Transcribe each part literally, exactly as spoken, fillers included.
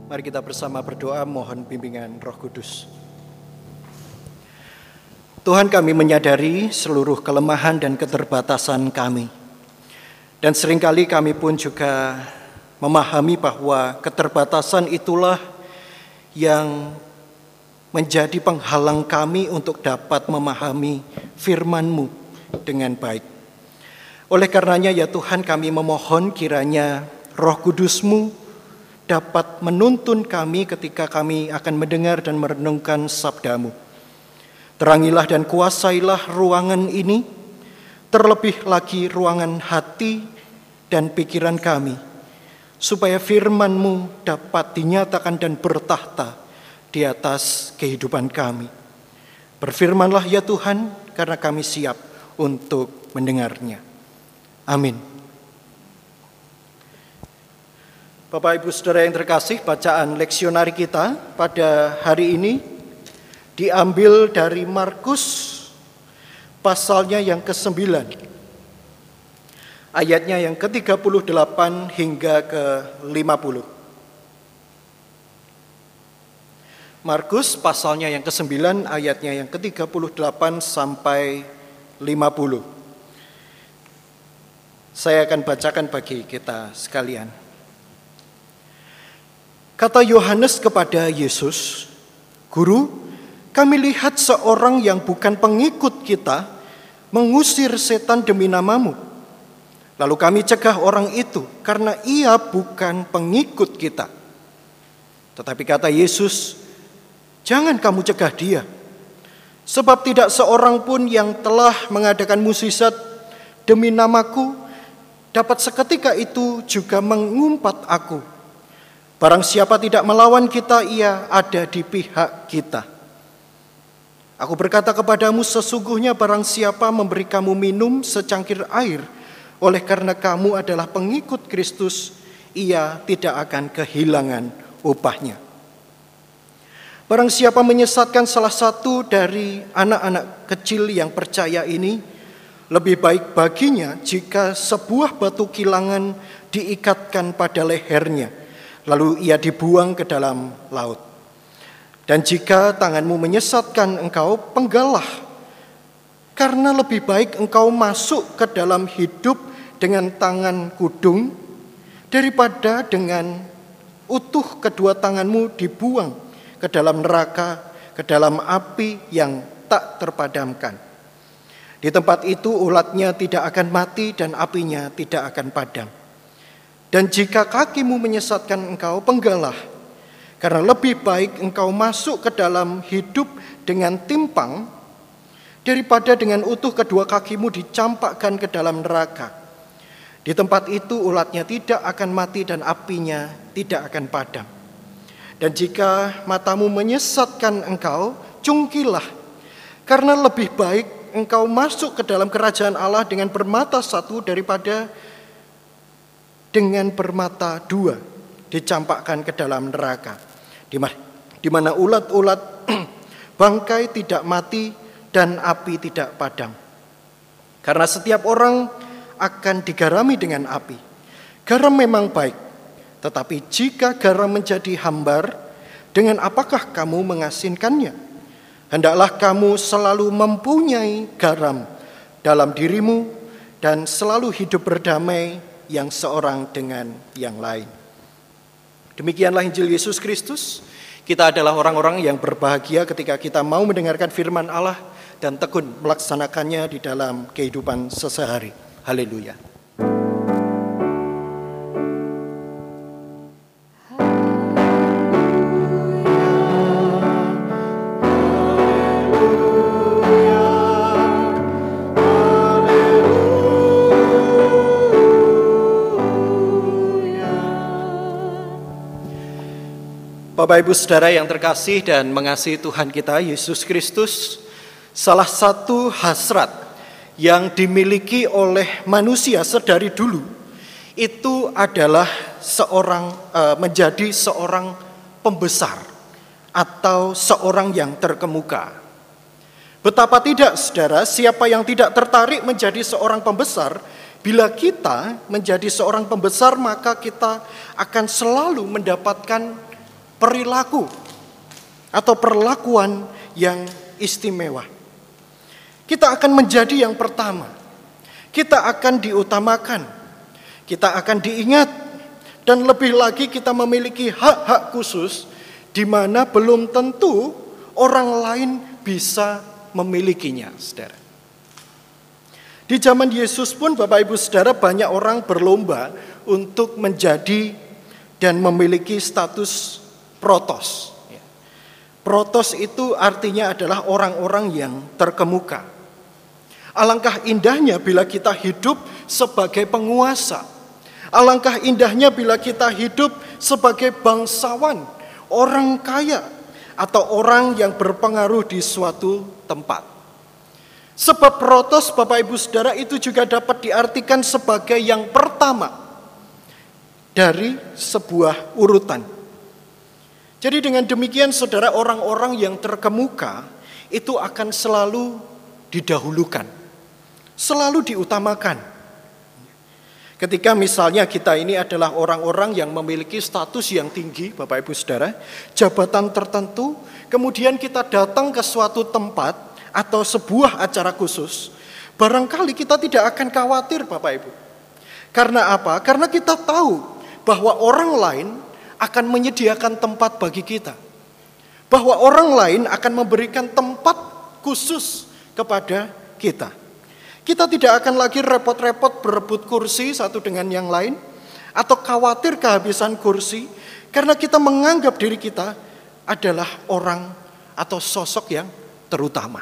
Mari kita bersama berdoa mohon bimbingan Roh Kudus. Tuhan, kami menyadari seluruh kelemahan dan keterbatasan kami. Dan seringkali kami pun juga memahami bahwa keterbatasan itulah yang menjadi penghalang kami untuk dapat memahami firman-Mu dengan baik. Oleh karenanya ya Tuhan, kami memohon kiranya Roh Kudus-Mu dapat menuntun kami ketika kami akan mendengar dan merenungkan sabda-Mu. Terangilah dan kuasailah ruangan ini, terlebih lagi ruangan hati dan pikiran kami, supaya firman-Mu dapat dinyatakan dan bertahta di atas kehidupan kami. Berfirmanlah ya Tuhan, karena kami siap untuk mendengarnya. Amin. Bapak Ibu Saudara yang terkasih, bacaan leksionari kita pada hari ini diambil dari Markus pasalnya yang kesembilan, ayatnya yang ke tiga puluh delapan hingga ke lima puluh. Markus pasalnya yang kesembilan, ayatnya yang ke tiga puluh delapan sampai lima puluh. Saya akan bacakan bagi kita sekalian. Kata Yohanes kepada Yesus, "Guru, kami lihat seorang yang bukan pengikut kita mengusir setan demi nama-Mu. Lalu kami cegah orang itu karena ia bukan pengikut kita." Tetapi kata Yesus, "Jangan kamu cegah dia, sebab tidak seorang pun yang telah mengadakan mukjizat demi nama-Ku dapat seketika itu juga mengumpat Aku. Barang siapa tidak melawan kita, ia ada di pihak kita. Aku berkata kepadamu, sesungguhnya barang siapa memberi kamu minum secangkir air, oleh karena kamu adalah pengikut Kristus, ia tidak akan kehilangan upahnya. Barang siapa menyesatkan salah satu dari anak-anak kecil yang percaya ini, lebih baik baginya jika sebuah batu kilangan diikatkan pada lehernya, lalu ia dibuang ke dalam laut. Dan jika tanganmu menyesatkan engkau, penggalah, karena lebih baik engkau masuk ke dalam hidup dengan tangan kudung, daripada dengan utuh kedua tanganmu dibuang ke dalam neraka, ke dalam api yang tak terpadamkan. Di tempat itu ulatnya tidak akan mati dan apinya tidak akan padam. Dan jika kakimu menyesatkan engkau, penggalah, karena lebih baik engkau masuk ke dalam hidup dengan timpang, daripada dengan utuh kedua kakimu dicampakkan ke dalam neraka. Di tempat itu ulatnya tidak akan mati dan apinya tidak akan padam. Dan jika matamu menyesatkan engkau, cungkilah, karena lebih baik engkau masuk ke dalam kerajaan Allah dengan bermata satu daripada dengan bermata dua dicampakkan ke dalam neraka, di mana ulat-ulat bangkai tidak mati dan api tidak padam. Karena setiap orang akan digarami dengan api. Garam memang baik, tetapi jika garam menjadi hambar, dengan apakah kamu mengasinkannya? Hendaklah kamu selalu mempunyai garam dalam dirimu dan selalu hidup berdamai yang seorang dengan yang lain. Demikianlah Injil Yesus Kristus. Kita adalah orang-orang yang berbahagia ketika kita mau mendengarkan firman Allah dan tekun melaksanakannya di dalam kehidupan sehari-hari. Haleluya. Bapak Ibu Saudara yang terkasih dan mengasihi Tuhan kita Yesus Kristus, salah satu hasrat yang dimiliki oleh manusia sedari dulu itu adalah seorang e, menjadi seorang pembesar atau seorang yang terkemuka. Betapa tidak, saudara, siapa yang tidak tertarik menjadi seorang pembesar? Bila kita menjadi seorang pembesar, maka kita akan selalu mendapatkan perilaku atau perlakuan yang istimewa. Kita akan menjadi yang pertama. Kita akan diutamakan. Kita akan diingat. Dan lebih lagi kita memiliki hak-hak khusus di mana belum tentu orang lain bisa memilikinya, saudara. Di zaman Yesus pun Bapak Ibu Saudara, banyak orang berlomba untuk menjadi dan memiliki status protos. Protos itu artinya adalah orang-orang yang terkemuka. Alangkah indahnya bila kita hidup sebagai penguasa. Alangkah indahnya bila kita hidup sebagai bangsawan, orang kaya, atau orang yang berpengaruh di suatu tempat. Sebab protos Bapak Ibu Saudara itu juga dapat diartikan sebagai yang pertama dari sebuah urutan. Jadi dengan demikian saudara, orang-orang yang terkemuka itu akan selalu didahulukan, selalu diutamakan. Ketika misalnya kita ini adalah orang-orang yang memiliki status yang tinggi, Bapak Ibu Saudara, jabatan tertentu, kemudian kita datang ke suatu tempat atau sebuah acara khusus, barangkali kita tidak akan khawatir, Bapak Ibu. Karena apa? Karena kita tahu bahwa orang lain akan menyediakan tempat bagi kita. Bahwa orang lain akan memberikan tempat khusus kepada kita. Kita tidak akan lagi repot-repot berebut kursi satu dengan yang lain, atau khawatir kehabisan kursi, karena kita menganggap diri kita adalah orang atau sosok yang terutama.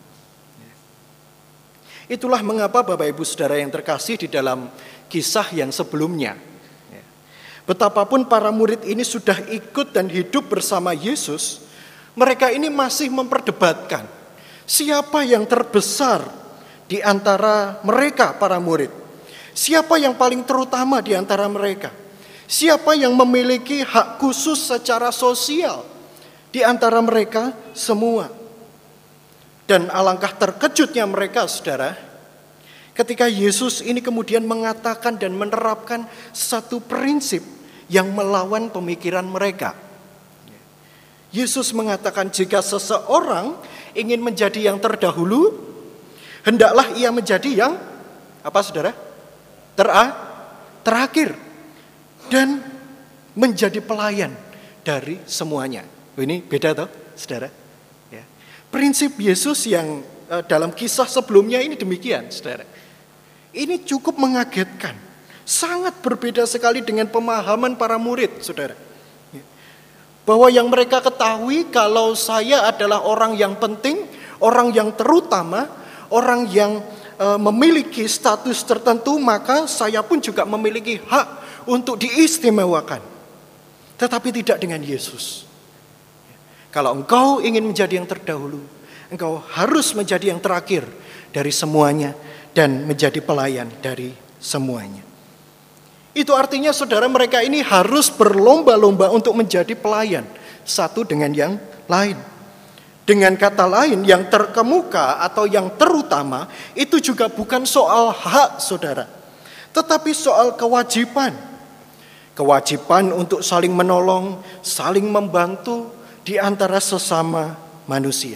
Itulah mengapa Bapak Ibu Saudara yang terkasih, di dalam kisah yang sebelumnya, betapapun para murid ini sudah ikut dan hidup bersama Yesus, mereka ini masih memperdebatkan siapa yang terbesar di antara mereka para murid. Siapa yang paling terutama di antara mereka? Siapa yang memiliki hak khusus secara sosial di antara mereka semua? Dan alangkah terkejutnya mereka, saudara, ketika Yesus ini kemudian mengatakan dan menerapkan satu prinsip yang melawan pemikiran mereka. Yesus mengatakan, jika seseorang ingin menjadi yang terdahulu, hendaklah ia menjadi yang apa saudara? Tera, terakhir. Dan menjadi pelayan dari semuanya. Ini beda toh saudara? Ya. Prinsip Yesus yang uh, dalam kisah sebelumnya ini demikian, saudara. Ini cukup mengagetkan. Sangat berbeda sekali dengan pemahaman para murid, saudara. Ya. Bahwa yang mereka ketahui, kalau saya adalah orang yang penting, orang yang terutama, orang yang e, memiliki status tertentu, maka saya pun juga memiliki hak untuk diistimewakan. Tetapi tidak dengan Yesus. Kalau engkau ingin menjadi yang terdahulu, engkau harus menjadi yang terakhir dari semuanya dan menjadi pelayan dari semuanya. Itu artinya saudara, mereka ini harus berlomba-lomba untuk menjadi pelayan satu dengan yang lain. Dengan kata lain, yang terkemuka atau yang terutama itu juga bukan soal hak saudara, tetapi soal kewajiban. Kewajiban untuk saling menolong, saling membantu di antara sesama manusia.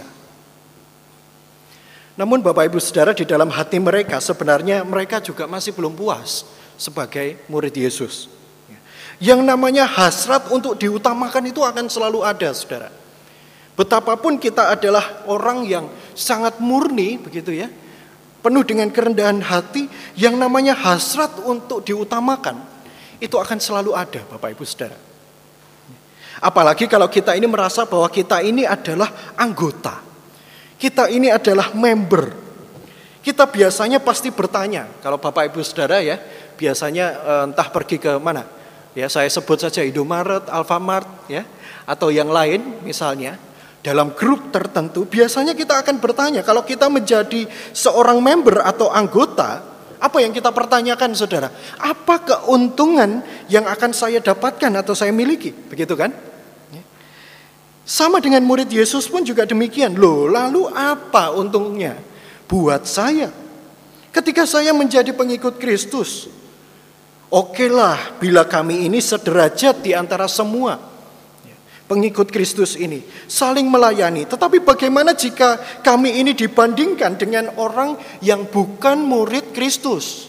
Namun Bapak Ibu Saudara, di dalam hati mereka sebenarnya mereka juga masih belum puas sebagai murid Yesus. Yang namanya hasrat untuk diutamakan itu akan selalu ada, saudara. Betapapun kita adalah orang yang sangat murni, begitu ya, penuh dengan kerendahan hati, yang namanya hasrat untuk diutamakan itu akan selalu ada, Bapak Ibu Saudara. Apalagi kalau kita ini merasa bahwa kita ini adalah anggota, kita ini adalah member. Kita biasanya pasti bertanya, kalau Bapak Ibu Saudara ya, biasanya entah pergi ke mana, ya saya sebut saja Indomaret, Alfamart, ya, atau yang lain misalnya. Dalam grup tertentu, biasanya kita akan bertanya, kalau kita menjadi seorang member atau anggota, apa yang kita pertanyakan, saudara? Apa keuntungan yang akan saya dapatkan atau saya miliki? Begitu kan? Sama dengan murid Yesus pun juga demikian. Loh, lalu apa untungnya buat saya ketika saya menjadi pengikut Kristus? Okelah bila kami ini sederajat di antara semua. pengikut Kristus ini saling melayani. Tetapi bagaimana jika kami ini dibandingkan dengan orang yang bukan murid Kristus?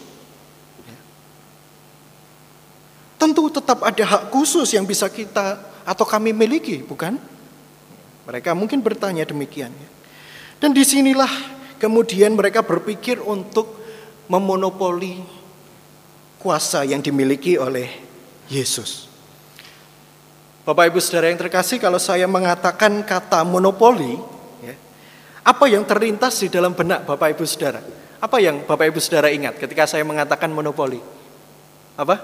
Tentu tetap ada hak khusus yang bisa kita atau kami miliki, bukan? Mereka mungkin bertanya demikian. Dan disinilah kemudian mereka berpikir untuk memonopoli kuasa yang dimiliki oleh Yesus. Bapak Ibu Saudara yang terkasih, kalau saya mengatakan kata monopoli, ya, apa yang terlintas di dalam benak Bapak Ibu Saudara? Apa yang Bapak Ibu Saudara ingat ketika saya mengatakan monopoli? Apa?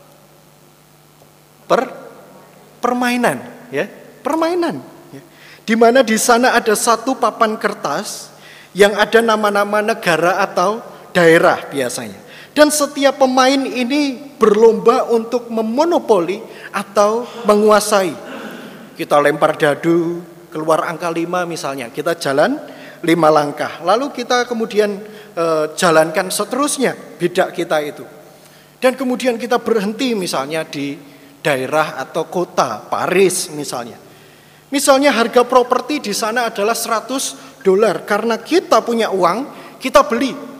Per, permainan, ya, permainan. Ya. Di mana di sana ada satu papan kertas yang ada nama-nama negara atau daerah biasanya. Dan setiap pemain ini berlomba untuk memonopoli atau menguasai. Kita lempar dadu, keluar angka lima misalnya. Kita jalan lima langkah. Lalu kita kemudian e, jalankan seterusnya bidak kita itu. Dan kemudian kita berhenti misalnya di daerah atau kota, Paris misalnya. Misalnya harga properti di sana adalah seratus dolar. Karena kita punya uang, kita beli.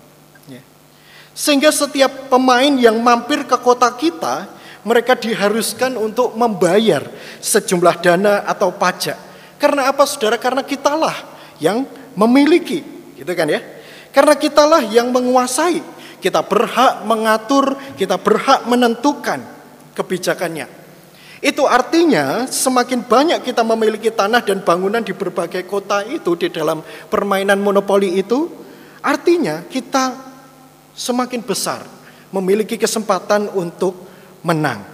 Sehingga setiap pemain yang mampir ke kota kita, mereka diharuskan untuk membayar sejumlah dana atau pajak. Karena apa saudara? Karena kitalah yang memiliki, gitu kan ya? Karena kitalah yang menguasai. Kita berhak mengatur, kita berhak menentukan kebijakannya. Itu artinya semakin banyak kita memiliki tanah dan bangunan di berbagai kota itu, di dalam permainan monopoli itu, artinya kita semakin besar memiliki kesempatan untuk menang.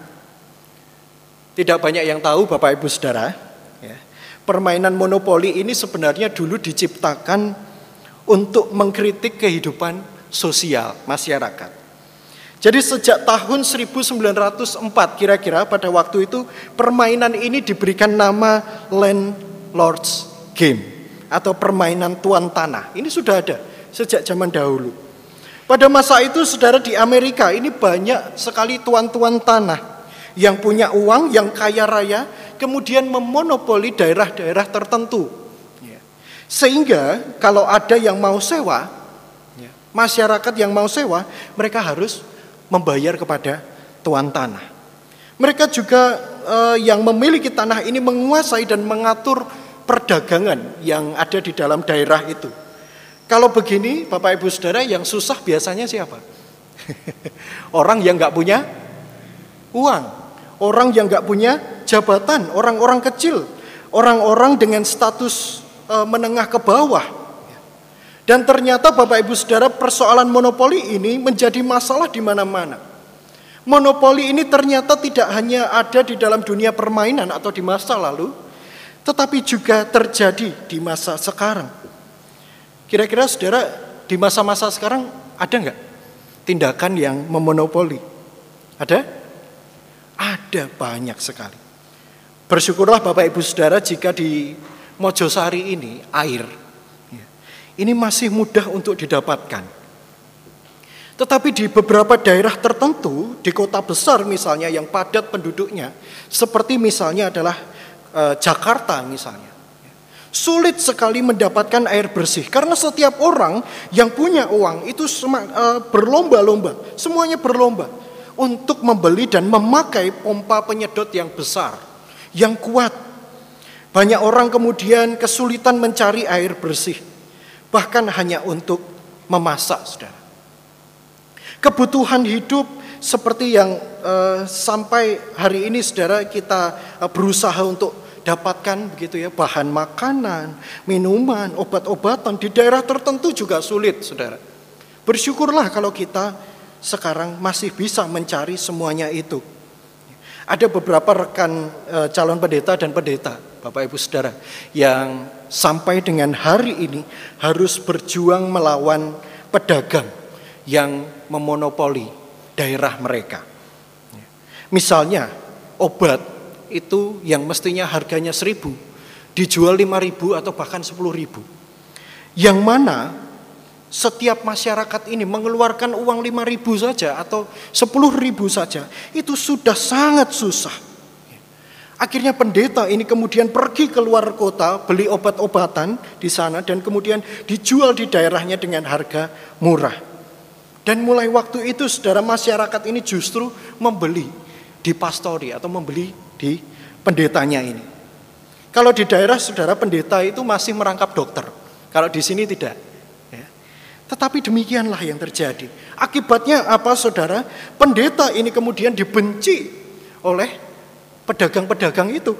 Tidak banyak yang tahu Bapak Ibu Saudara, ya, permainan monopoli ini sebenarnya dulu diciptakan untuk mengkritik kehidupan sosial masyarakat. Jadi sejak tahun seribu sembilan ratus empat kira-kira pada waktu itu permainan ini diberikan nama Landlord's Game atau permainan tuan tanah. Ini sudah ada sejak zaman dahulu. Pada masa itu saudara di Amerika ini banyak sekali tuan-tuan tanah yang punya uang, yang kaya raya, kemudian memonopoli daerah-daerah tertentu. Sehingga kalau ada yang mau sewa, masyarakat yang mau sewa, mereka harus membayar kepada tuan tanah. Mereka juga eh, yang memiliki tanah ini menguasai dan mengatur perdagangan yang ada di dalam daerah itu. Kalau begini, Bapak Ibu Saudara, yang susah biasanya siapa? Orang yang gak punya uang, orang yang gak punya jabatan, orang-orang kecil, orang-orang dengan status e, menengah ke bawah. Dan ternyata Bapak Ibu Saudara, persoalan monopoli ini menjadi masalah di mana-mana. Monopoli ini ternyata tidak hanya ada di dalam dunia permainan atau di masa lalu, tetapi juga terjadi di masa sekarang. Kira-kira saudara di masa-masa sekarang ada nggak tindakan yang memonopoli? Ada? Ada banyak sekali. Bersyukurlah Bapak Ibu Saudara jika di Mojosari ini air ini masih mudah untuk didapatkan. Tetapi di beberapa daerah tertentu, di kota besar misalnya yang padat penduduknya, seperti misalnya adalah e, Jakarta misalnya. Sulit sekali mendapatkan air bersih karena setiap orang yang punya uang itu sema, uh, berlomba-lomba, semuanya berlomba untuk membeli dan memakai pompa penyedot yang besar, yang kuat. Banyak orang kemudian kesulitan mencari air bersih, bahkan hanya untuk memasak, saudara. Kebutuhan hidup seperti yang uh, sampai hari ini, saudara, kita uh, berusaha untuk dapatkan begitu ya, bahan makanan, minuman, obat-obatan di daerah tertentu juga sulit, saudara. Bersyukurlah kalau kita sekarang masih bisa mencari semuanya itu. Ada beberapa rekan e, calon pendeta dan pendeta, Bapak Ibu Saudara, yang sampai dengan hari ini harus berjuang melawan pedagang yang memonopoli daerah mereka. Misalnya obat itu yang mestinya harganya seribu dijual lima ribu atau bahkan sepuluh ribu. Yang mana setiap masyarakat ini mengeluarkan uang lima ribu saja atau sepuluh ribu saja, itu sudah sangat susah. Akhirnya pendeta ini kemudian pergi ke luar kota, beli obat-obatan di sana, dan kemudian dijual di daerahnya dengan harga murah. Dan mulai waktu itu, saudara, masyarakat ini justru membeli di pastori atau membeli di pendetanya ini. Kalau di daerah, saudara, pendeta itu masih merangkap dokter. Kalau di sini tidak. Ya. Tetapi demikianlah yang terjadi. Akibatnya apa, saudara? Pendeta ini kemudian dibenci oleh pedagang-pedagang itu.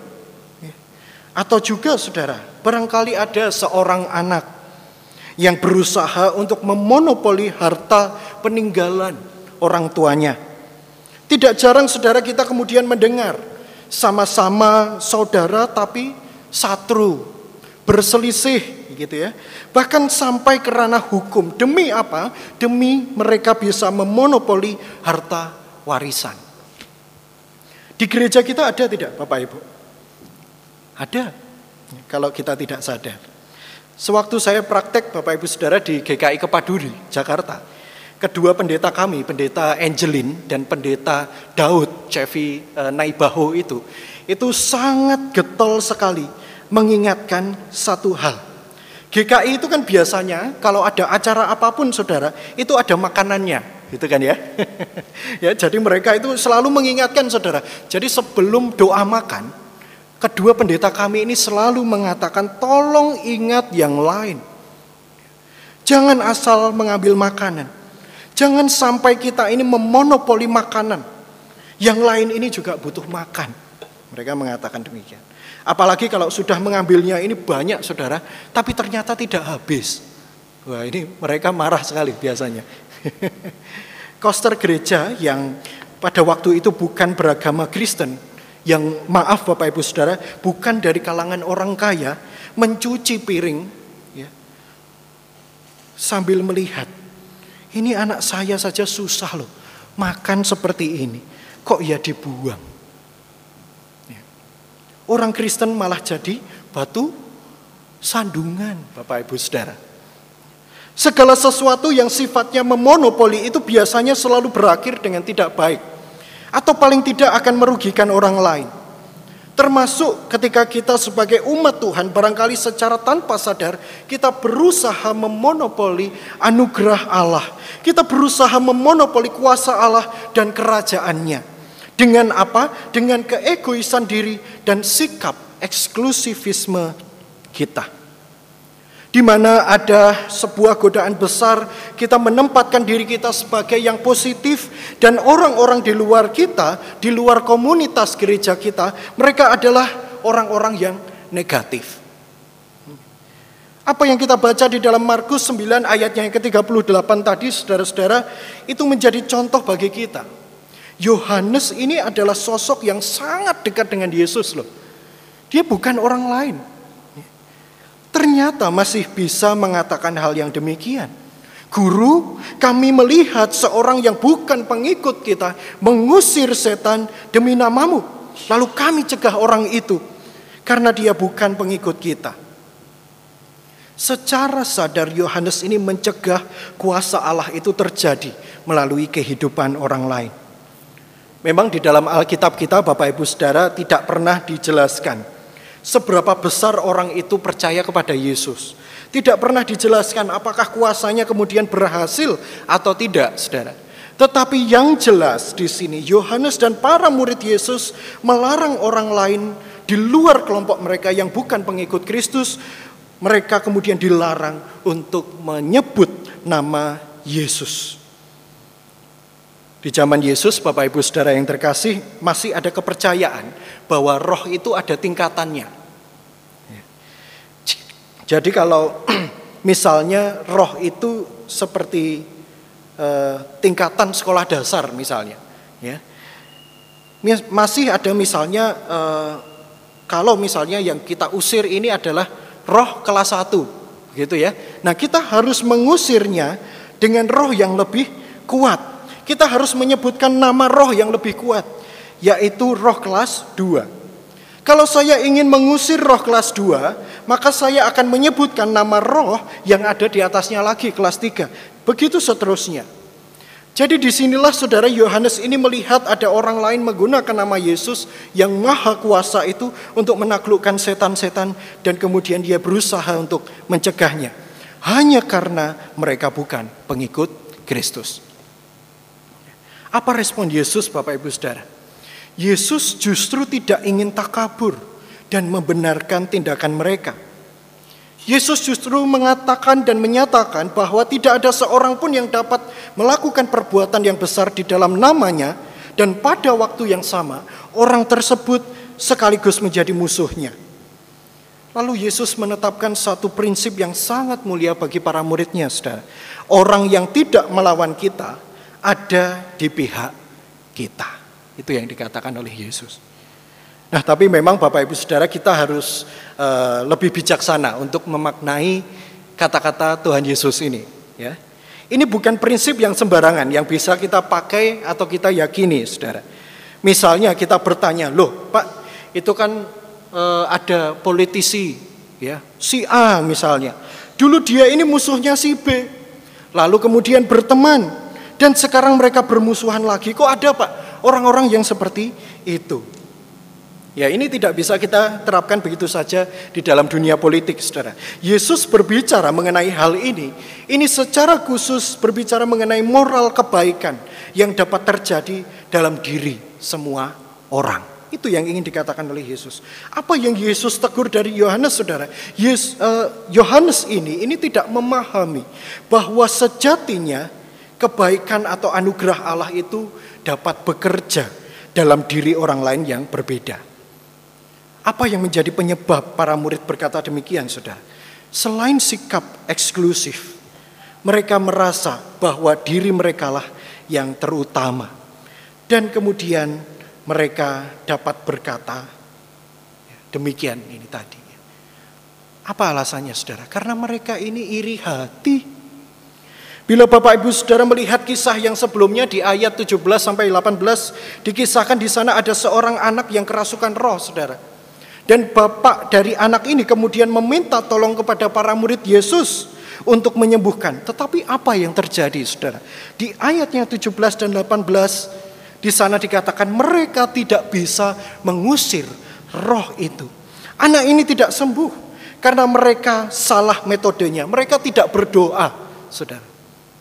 Atau juga, saudara, barangkali ada seorang anak yang berusaha untuk memonopoli harta peninggalan orang tuanya. Tidak jarang, saudara, kita kemudian mendengar sama-sama saudara tapi satru, berselisih gitu ya. Bahkan sampai ke ranah hukum. Demi apa? Demi mereka bisa memonopoli harta warisan. Di gereja kita ada tidak, Bapak Ibu? Ada, kalau kita tidak sadar. Sewaktu saya praktek, Bapak Ibu Saudara, di G K I Kepaduri, Jakarta, kedua pendeta kami, pendeta Angelin dan pendeta Daud Cevi e, Naibaho itu, itu sangat getol sekali mengingatkan satu hal. G K I itu kan biasanya kalau ada acara apapun, saudara, itu ada makanannya. Gitu kan ya. Ya, jadi mereka itu selalu mengingatkan, saudara. Jadi sebelum doa makan, kedua pendeta kami ini selalu mengatakan, tolong ingat yang lain. Jangan asal mengambil makanan. Jangan sampai kita ini memonopoli makanan. Yang lain ini juga butuh makan. Mereka mengatakan demikian. Apalagi kalau sudah mengambilnya ini banyak, saudara, tapi ternyata tidak habis. Wah, ini mereka marah sekali biasanya. Koster gereja yang pada waktu itu bukan beragama Kristen, yang maaf Bapak Ibu Saudara, bukan dari kalangan orang kaya, mencuci piring ya, sambil melihat, ini anak saya saja susah loh makan seperti ini, kok ya dibuang. Ya. Orang Kristen malah jadi batu sandungan, Bapak Ibu Saudara. Segala sesuatu yang sifatnya memonopoli itu biasanya selalu berakhir dengan tidak baik. Atau paling tidak akan merugikan orang lain. Termasuk ketika kita sebagai umat Tuhan barangkali secara tanpa sadar kita berusaha memonopoli anugerah Allah. Kita berusaha memonopoli kuasa Allah dan kerajaannya. Dengan apa? Dengan keegoisan diri dan sikap eksklusivisme kita. Di mana ada sebuah godaan besar, kita menempatkan diri kita sebagai yang positif, dan orang-orang di luar kita, di luar komunitas gereja kita, mereka adalah orang-orang yang negatif. Apa yang kita baca di dalam Markus sembilan ayatnya yang ke tiga puluh delapan tadi, saudara-saudara, itu menjadi contoh bagi kita. Yohanes ini adalah sosok yang sangat dekat dengan Yesus loh. Dia bukan orang lain. Ternyata masih bisa mengatakan hal yang demikian. Guru, kami melihat seorang yang bukan pengikut kita mengusir setan demi namamu. Lalu kami cegah orang itu karena dia bukan pengikut kita. Secara sadar Yohanes ini mencegah kuasa Allah itu terjadi melalui kehidupan orang lain. Memang di dalam Alkitab kita, Bapak Ibu Saudara, tidak pernah dijelaskan seberapa besar orang itu percaya kepada Yesus. Tidak pernah dijelaskan apakah kuasanya kemudian berhasil atau tidak, saudara. Tetapi yang jelas di sini, Yohanes dan para murid Yesus melarang orang lain di luar kelompok mereka yang bukan pengikut Kristus. Mereka kemudian dilarang untuk menyebut nama Yesus. Di zaman Yesus, Bapak Ibu Saudara yang terkasih, masih ada kepercayaan bahwa roh itu ada tingkatannya. Jadi kalau misalnya roh itu seperti uh, tingkatan sekolah dasar misalnya, ya, masih ada misalnya uh, kalau misalnya yang kita usir ini adalah roh kelas satu, gitu ya. Nah, kita harus mengusirnya dengan roh yang lebih kuat. Kita harus menyebutkan nama roh yang lebih kuat, yaitu roh kelas dua. Kalau saya ingin mengusir roh kelas dua, maka saya akan menyebutkan nama roh yang ada di atasnya lagi, kelas tiga. Begitu seterusnya. Jadi disinilah saudara Yohanes ini melihat ada orang lain menggunakan nama Yesus yang maha kuasa itu untuk menaklukkan setan-setan, dan kemudian dia berusaha untuk mencegahnya. Hanya karena mereka bukan pengikut Kristus. Apa respon Yesus, Bapak Ibu Saudara? Yesus justru tidak ingin takabur dan membenarkan tindakan mereka. Yesus justru mengatakan dan menyatakan bahwa tidak ada seorang pun yang dapat melakukan perbuatan yang besar di dalam namanya, dan pada waktu yang sama orang tersebut sekaligus menjadi musuhnya. Lalu Yesus menetapkan satu prinsip yang sangat mulia bagi para muridnya, saudara. Orang yang tidak melawan kita ada di pihak kita. Itu yang dikatakan oleh Yesus. Nah, tapi memang Bapak Ibu Saudara, kita harus uh, lebih bijaksana untuk memaknai kata-kata Tuhan Yesus ini, ya. Ini bukan prinsip yang sembarangan yang bisa kita pakai atau kita yakini, Saudara. Misalnya kita bertanya, "Loh, Pak, itu kan uh, ada politisi, ya, si A misalnya. Dulu dia ini musuhnya si B. Lalu kemudian berteman dan sekarang mereka bermusuhan lagi. Kok ada, Pak, orang-orang yang seperti itu?" Ya, ini tidak bisa kita terapkan begitu saja di dalam dunia politik, saudara. Yesus berbicara mengenai hal ini. Ini secara khusus berbicara mengenai moral kebaikan yang dapat terjadi dalam diri semua orang. Itu yang ingin dikatakan oleh Yesus. Apa yang Yesus tegur dari Yohanes, saudara? Yes, uh, Yohanes ini, ini tidak memahami bahwa sejatinya kebaikan atau anugerah Allah itu dapat bekerja dalam diri orang lain yang berbeda. Apa yang menjadi penyebab para murid berkata demikian, saudara? Selain sikap eksklusif, mereka merasa bahwa diri mereka lah yang terutama. Dan kemudian mereka dapat berkata, demikian ini tadi. Apa alasannya, saudara? Karena mereka ini iri hati. Bila Bapak Ibu Saudara melihat kisah yang sebelumnya di ayat tujuh belas sampai delapan belas, dikisahkan di sana ada seorang anak yang kerasukan roh, saudara. Dan bapak dari anak ini kemudian meminta tolong kepada para murid Yesus untuk menyembuhkan. Tetapi apa yang terjadi, saudara? Di ayatnya tujuh belas dan delapan belas, di sana dikatakan mereka tidak bisa mengusir roh itu. Anak ini tidak sembuh karena mereka salah metodenya. Mereka tidak berdoa, saudara.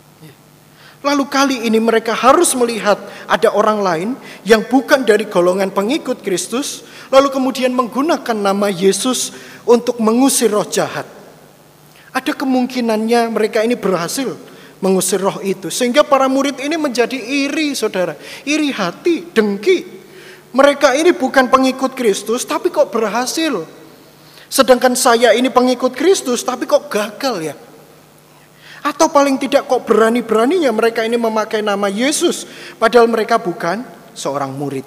Lalu kali ini mereka harus melihat ada orang lain yang bukan dari golongan pengikut Kristus, lalu kemudian menggunakan nama Yesus untuk mengusir roh jahat. Ada kemungkinannya mereka ini berhasil mengusir roh itu, sehingga para murid ini menjadi iri, saudara. Iri hati, dengki. Mereka ini bukan pengikut Kristus, tapi kok berhasil. Sedangkan saya ini pengikut Kristus, tapi kok gagal ya. Atau paling tidak kok berani-beraninya mereka ini memakai nama Yesus, padahal mereka bukan seorang murid.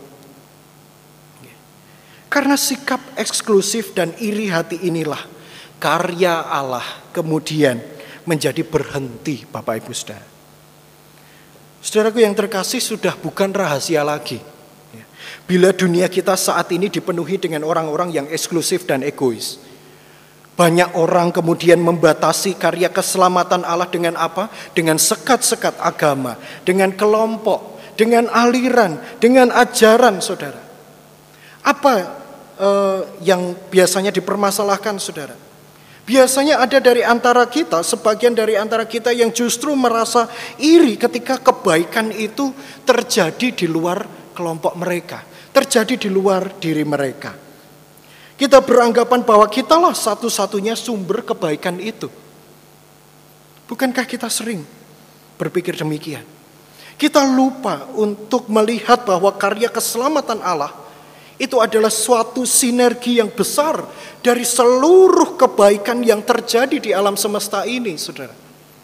Karena sikap eksklusif dan iri hati inilah karya Allah kemudian menjadi berhenti, Bapak Ibu Saudara. Saudaraku yang terkasih, sudah bukan rahasia lagi bila dunia kita saat ini dipenuhi dengan orang-orang yang eksklusif dan egois. Banyak orang kemudian membatasi karya keselamatan Allah dengan apa? Dengan sekat-sekat agama, dengan kelompok, dengan aliran, dengan ajaran, saudara. Apa eh, yang biasanya dipermasalahkan, saudara? Biasanya ada dari antara kita, sebagian dari antara kita yang justru merasa iri ketika kebaikan itu terjadi di luar kelompok mereka, terjadi di luar diri mereka. Kita beranggapan bahwa kitalah satu-satunya sumber kebaikan itu. Bukankah kita sering berpikir demikian? Kita lupa untuk melihat bahwa karya keselamatan Allah itu adalah suatu sinergi yang besar dari seluruh kebaikan yang terjadi di alam semesta ini, saudara.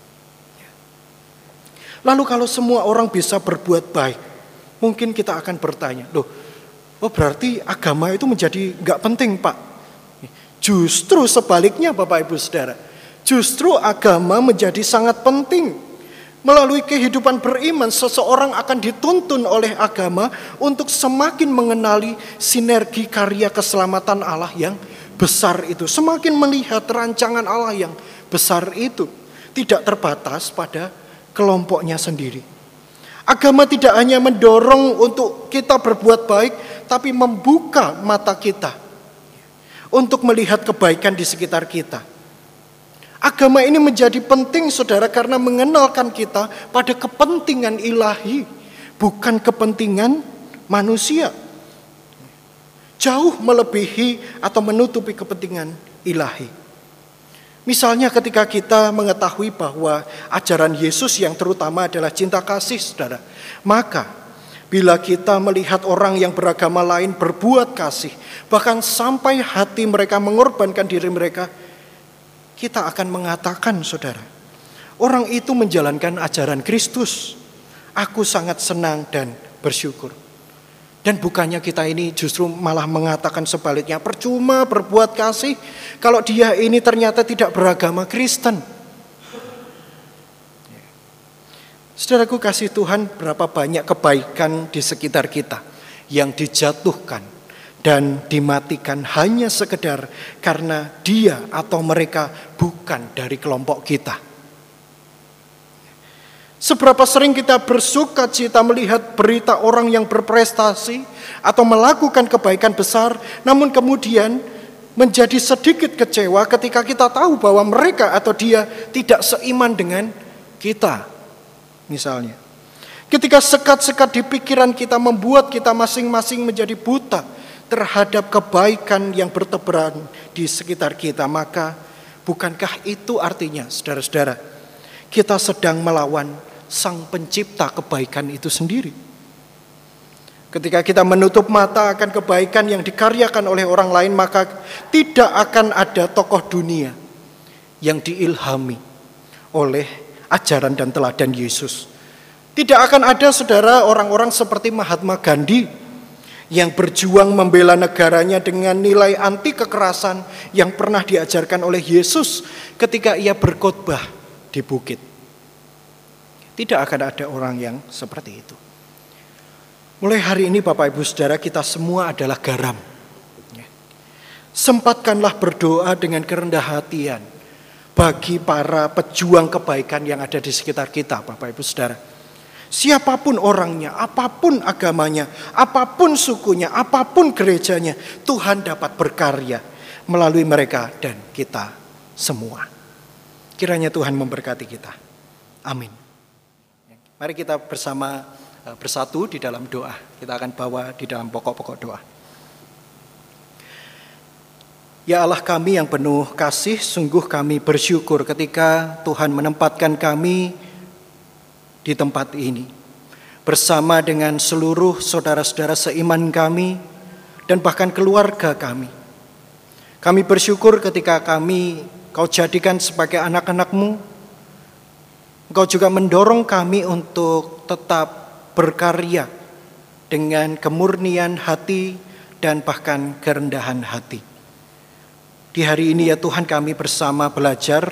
Lalu kalau semua orang bisa berbuat baik, mungkin kita akan bertanya, loh, oh berarti agama itu menjadi gak penting, Pak. Justru sebaliknya, Bapak Ibu Saudara. Justru agama menjadi sangat penting. Melalui kehidupan beriman, seseorang akan dituntun oleh agama untuk semakin mengenali sinergi karya keselamatan Allah yang besar itu. Semakin melihat rancangan Allah yang besar itu. Tidak terbatas pada kelompoknya sendiri. Agama tidak hanya mendorong untuk kita berbuat baik, tapi membuka mata kita untuk melihat kebaikan di sekitar kita. Agama ini menjadi penting, saudara, karena mengenalkan kita pada kepentingan ilahi, bukan kepentingan manusia. Jauh melebihi atau menutupi kepentingan ilahi. Misalnya ketika kita mengetahui bahwa ajaran Yesus yang terutama adalah cinta kasih, saudara. Maka bila kita melihat orang yang beragama lain berbuat kasih, bahkan sampai hati mereka mengorbankan diri mereka, kita akan mengatakan, saudara, orang itu menjalankan ajaran Kristus. Aku sangat senang dan bersyukur. Dan bukannya kita ini justru malah mengatakan sebaliknya, percuma berbuat kasih kalau dia ini ternyata tidak beragama Kristen. Saudaraku kasih Tuhan, berapa banyak kebaikan di sekitar kita yang dijatuhkan dan dimatikan hanya sekedar karena dia atau mereka bukan dari kelompok kita. Seberapa sering kita bersuka cita melihat berita orang yang berprestasi atau melakukan kebaikan besar, namun kemudian menjadi sedikit kecewa ketika kita tahu bahwa mereka atau dia tidak seiman dengan kita. Misalnya, ketika sekat-sekat di pikiran kita membuat kita masing-masing menjadi buta terhadap kebaikan yang bertebaran di sekitar kita, maka bukankah itu artinya, saudara-saudara, kita sedang melawan Sang Pencipta kebaikan itu sendiri? Ketika kita menutup mata akan kebaikan yang dikaryakan oleh orang lain, maka tidak akan ada tokoh dunia yang diilhami oleh ajaran dan teladan Yesus. Tidak akan ada, saudara, orang-orang seperti Mahatma Gandhi yang berjuang membela negaranya dengan nilai anti kekerasan yang pernah diajarkan oleh Yesus ketika ia berkhotbah di bukit. Tidak akan ada orang yang seperti itu. Mulai hari ini Bapak Ibu Saudara, kita semua adalah garam. Sempatkanlah berdoa dengan kerendah hatian bagi para pejuang kebaikan yang ada di sekitar kita, Bapak Ibu Saudara. Siapapun orangnya, apapun agamanya, apapun sukunya, apapun gerejanya, Tuhan dapat berkarya melalui mereka dan kita semua. Kiranya Tuhan memberkati kita. Amin. Mari kita bersama bersatu di dalam doa. Kita akan bawa di dalam pokok-pokok doa. Ya Allah kami yang penuh kasih, sungguh kami bersyukur ketika Tuhan menempatkan kami di tempat ini bersama dengan seluruh saudara-saudara seiman kami dan bahkan keluarga kami. Kami bersyukur ketika kami Kau jadikan sebagai anak-anak-Mu. Engkau juga mendorong kami untuk tetap berkarya dengan kemurnian hati dan bahkan kerendahan hati. Di hari ini ya Tuhan, kami bersama belajar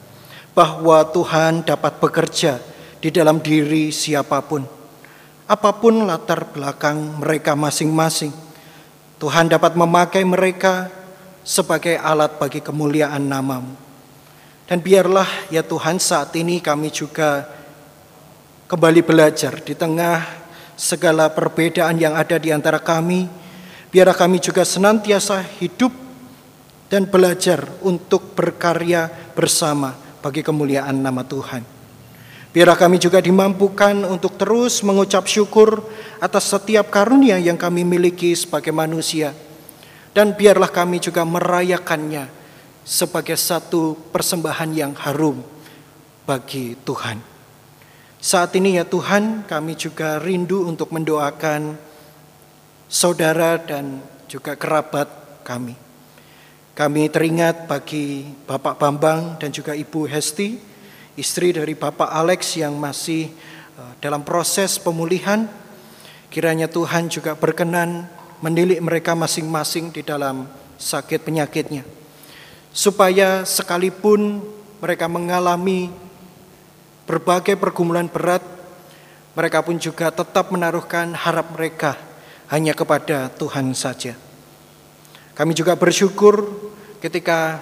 bahwa Tuhan dapat bekerja di dalam diri siapapun, apapun latar belakang mereka masing-masing. Tuhan dapat memakai mereka sebagai alat bagi kemuliaan nama-Mu. Dan biarlah ya Tuhan, saat ini kami juga kembali belajar di tengah segala perbedaan yang ada di antara kami. Biarlah kami juga senantiasa hidup dan belajar untuk berkarya bersama bagi kemuliaan nama Tuhan. Biarlah kami juga dimampukan untuk terus mengucap syukur atas setiap karunia yang kami miliki sebagai manusia. Dan biarlah kami juga merayakannya sebagai satu persembahan yang harum bagi Tuhan. Saat ini ya Tuhan, kami juga rindu untuk mendoakan saudara dan juga kerabat kami. Kami teringat bagi Bapak Bambang dan juga Ibu Hesti, istri dari Bapak Alex yang masih dalam proses pemulihan. Kiranya Tuhan juga berkenan menilik mereka masing-masing di dalam sakit penyakitnya, supaya sekalipun mereka mengalami berbagai pergumulan berat, mereka pun juga tetap menaruhkan harap mereka hanya kepada Tuhan saja. Kami juga bersyukur ketika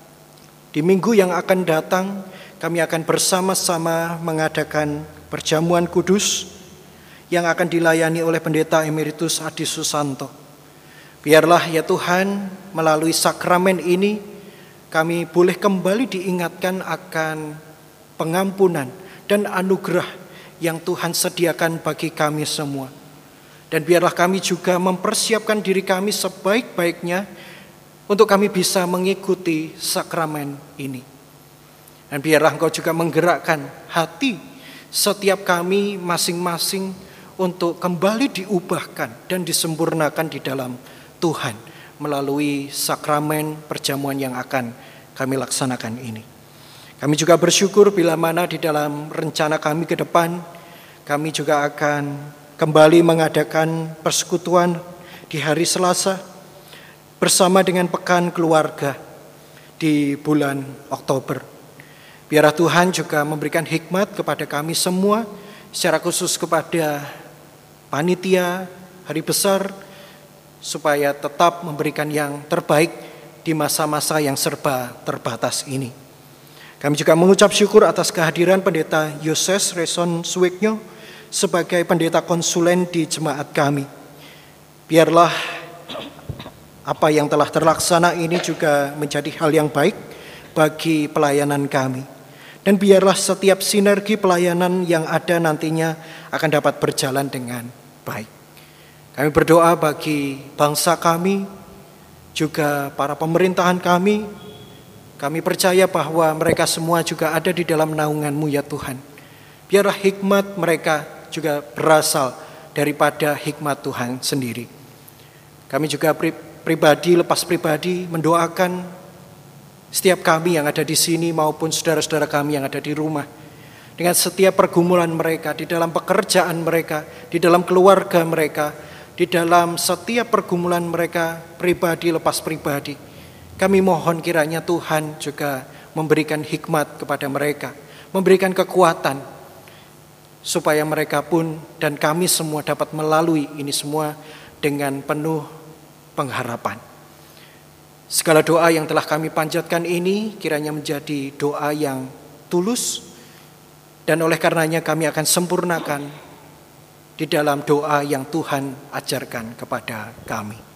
di minggu yang akan datang kami akan bersama-sama mengadakan perjamuan kudus yang akan dilayani oleh Pendeta Emeritus Adi Susanto. Biarlah ya Tuhan, melalui sakramen ini kami boleh kembali diingatkan akan pengampunan dan anugerah yang Tuhan sediakan bagi kami semua. Dan biarlah kami juga mempersiapkan diri kami sebaik-baiknya untuk kami bisa mengikuti sakramen ini. Dan biarlah Engkau juga menggerakkan hati setiap kami masing-masing untuk kembali diubahkan dan disempurnakan di dalam Tuhan melalui sakramen perjamuan yang akan kami laksanakan ini. Kami juga bersyukur bila mana di dalam rencana kami ke depan, kami juga akan kembali mengadakan persekutuan di hari Selasa bersama dengan pekan keluarga di bulan Oktober. Biarlah Tuhan juga memberikan hikmat kepada kami semua, secara khusus kepada panitia hari besar, supaya tetap memberikan yang terbaik di masa-masa yang serba terbatas ini. Kami juga mengucap syukur atas kehadiran Pendeta Yoses Reson Suweknyo sebagai pendeta konsulen di jemaat kami. Biarlah apa yang telah terlaksana ini juga menjadi hal yang baik bagi pelayanan kami. Dan biarlah setiap sinergi pelayanan yang ada nantinya akan dapat berjalan dengan baik. Kami berdoa bagi bangsa kami, juga para pemerintahan kami. Kami percaya bahwa mereka semua juga ada di dalam naungan-Mu ya Tuhan. Biarlah hikmat mereka juga berasal daripada hikmat Tuhan sendiri. Kami juga pri- pribadi, lepas pribadi mendoakan setiap kami yang ada di sini maupun saudara-saudara kami yang ada di rumah. Dengan setiap pergumulan mereka, di dalam pekerjaan mereka, di dalam keluarga mereka, di dalam setiap pergumulan mereka pribadi lepas pribadi. Kami mohon kiranya Tuhan juga memberikan hikmat kepada mereka, memberikan kekuatan, supaya mereka pun dan kami semua dapat melalui ini semua dengan penuh pengharapan. Segala doa yang telah kami panjatkan ini kiranya menjadi doa yang tulus, dan oleh karenanya kami akan sempurnakan di dalam doa yang Tuhan ajarkan kepada kami.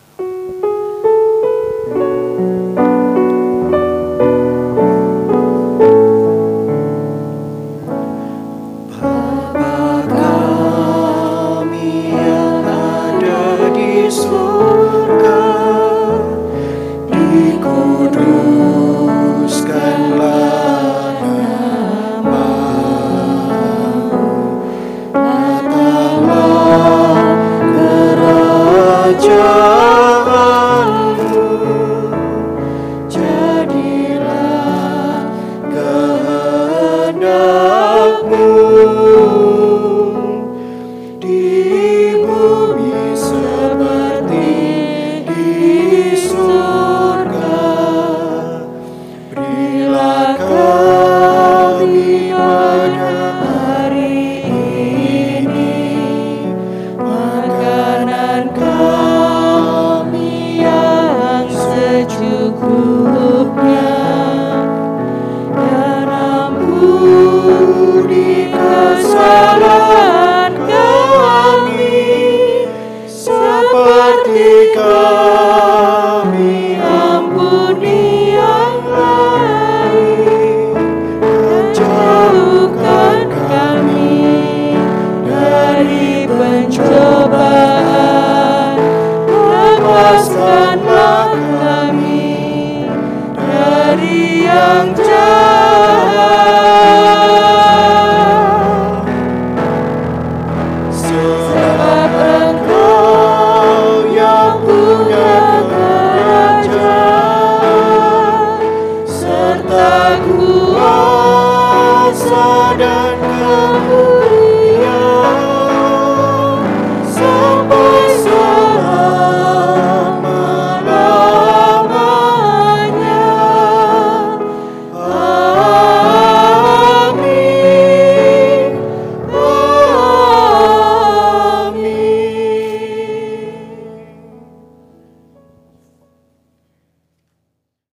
Kuasa dan kemuliaan